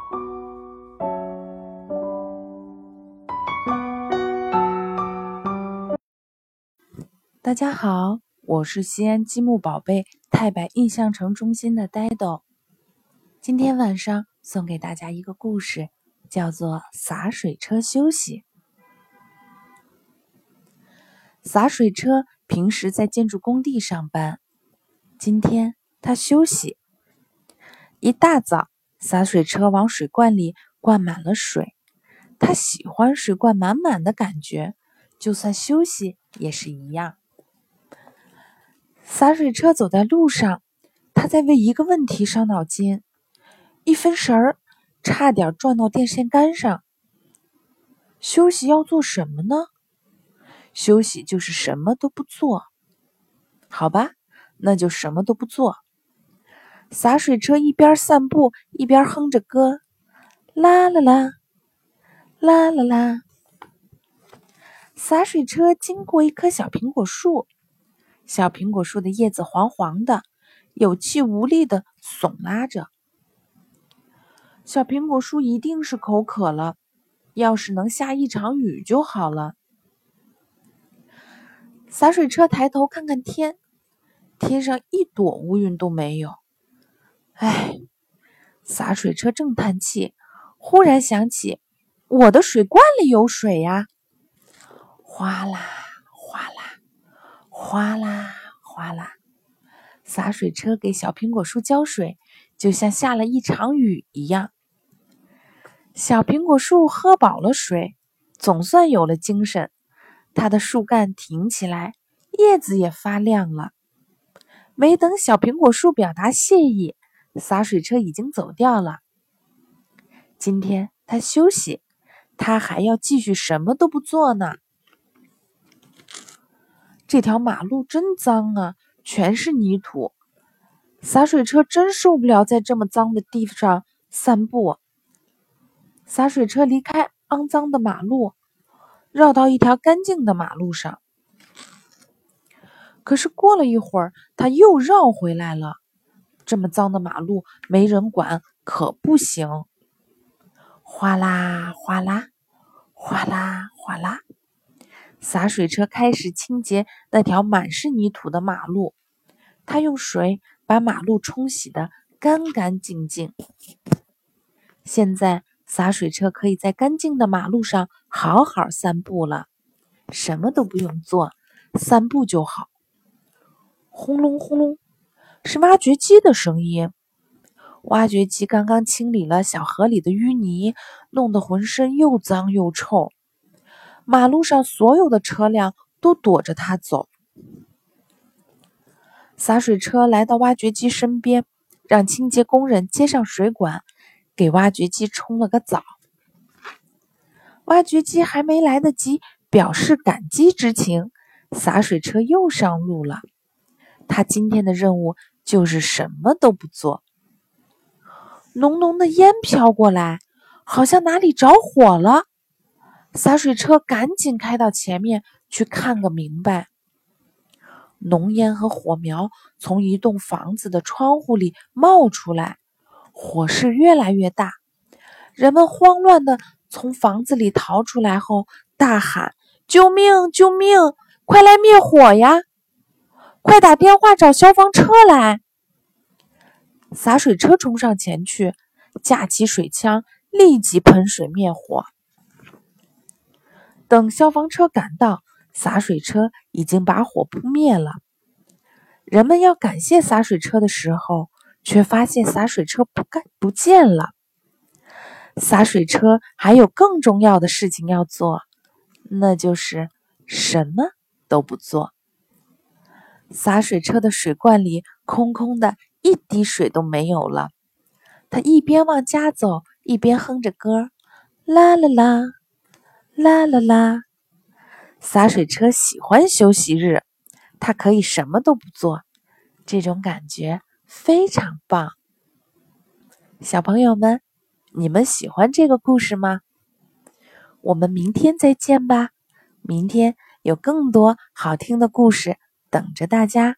大家好，我是西安积木宝贝太白印象城中心的呆豆。今天晚上送给大家一个故事，叫做洒水车休息。洒水车平时在建筑工地上班，今天他休息。一大早，洒水车往水罐里灌满了水，他喜欢水罐满满的感觉，就算休息也是一样。洒水车走在路上，他在为一个问题伤脑筋，一分神儿，差点撞到电线杆上。休息要做什么呢？休息就是什么都不做。好吧，那就什么都不做。洒水车一边散步一边哼着歌，啦啦啦，啦啦啦。洒水车经过一棵小苹果树，小苹果树的叶子黄黄的，有气无力地耸拉着。小苹果树一定是口渴了，要是能下一场雨就好了。洒水车抬头看看天，天上一朵乌云都没有。唉，洒水车正叹气，忽然想起，我的水罐里有水呀！哗啦哗啦，哗啦哗啦，洒水车给小苹果树浇水，就像下了一场雨一样。小苹果树喝饱了水，总算有了精神，它的树干挺起来，叶子也发亮了。没等小苹果树表达谢意，洒水车已经走掉了。今天它休息，它还要继续什么都不做呢。这条马路真脏啊，全是泥土。洒水车真受不了在这么脏的地上散步。洒水车离开肮脏的马路，绕到一条干净的马路上。可是过了一会儿，他又绕回来了。这么脏的马路没人管可不行。哗啦哗啦，哗啦哗啦，洒水车开始清洁那条满是泥土的马路。他用水把马路冲洗得干干净净。现在洒水车可以在干净的马路上好好散步了，什么都不用做，散步就好。轰隆轰隆，是挖掘机的声音。挖掘机刚刚清理了小河里的淤泥，弄得浑身又脏又臭。马路上所有的车辆都躲着它走。洒水车来到挖掘机身边，让清洁工人接上水管，给挖掘机冲了个澡。挖掘机还没来得及表示感激之情，洒水车又上路了。他今天的任务就是什么都不做。浓浓的烟飘过来，好像哪里着火了。洒水车赶紧开到前面去看个明白。浓烟和火苗从一栋房子的窗户里冒出来，火势越来越大。人们慌乱地从房子里逃出来后，大喊：救命！救命！快来灭火呀！快打电话找消防车来！洒水车冲上前去，架起水枪，立即喷水灭火。等消防车赶到，洒水车已经把火扑灭了。人们要感谢洒水车的时候，却发现洒水车不见了。洒水车还有更重要的事情要做，那就是什么都不做。洒水车的水罐里空空的，一滴水都没有了。他一边往家走，一边哼着歌，啦啦啦，啦啦啦。洒水车喜欢休息日，他可以什么都不做，这种感觉非常棒。小朋友们，你们喜欢这个故事吗？我们明天再见吧，明天有更多好听的故事等着大家。